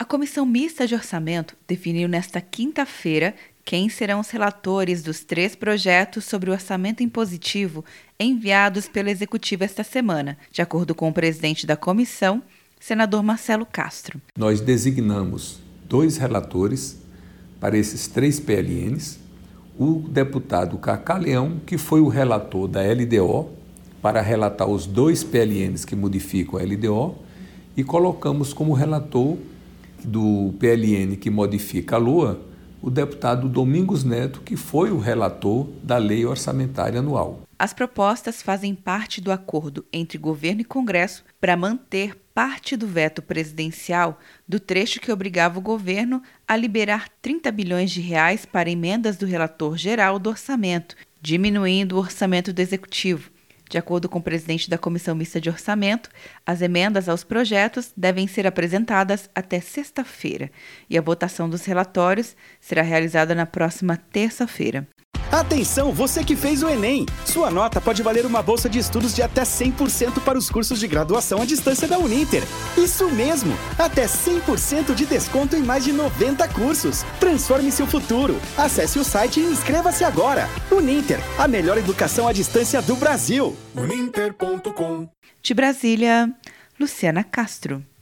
Comissão Mista de Orçamento definiu nesta quinta-feira quem serão os relatores dos 3 projetos sobre o orçamento impositivo enviados pelo Executivo esta semana, de acordo com o presidente da comissão, senador Marcelo Castro. Nós designamos 2 relatores para esses 3 PLNs, o deputado Cacá Leão, que foi o relator da LDO, para relatar os 2 PLNs que modificam a LDO, e colocamos como relator do PLN que modifica a LOA, o deputado Domingos Neto, que foi o relator da Lei Orçamentária Anual. As propostas fazem parte do acordo entre governo e Congresso para manter parte do veto presidencial do trecho que obrigava o governo a liberar 30 bilhões de reais para emendas do relator geral do orçamento, diminuindo o orçamento do Executivo. De acordo com o presidente da Comissão Mista de Orçamento, as emendas aos projetos devem ser apresentadas até sexta-feira e a votação dos relatórios será realizada na próxima terça-feira. Atenção, você que fez o Enem! Sua nota pode valer uma bolsa de estudos de até 100% para os cursos de graduação à distância da Uninter. Isso mesmo! Até 100% de desconto em mais de 90 cursos. Transforme seu futuro. Acesse o site e inscreva-se agora. Uninter, a melhor educação à distância do Brasil. Uninter.com. De Brasília, Luciana Castro.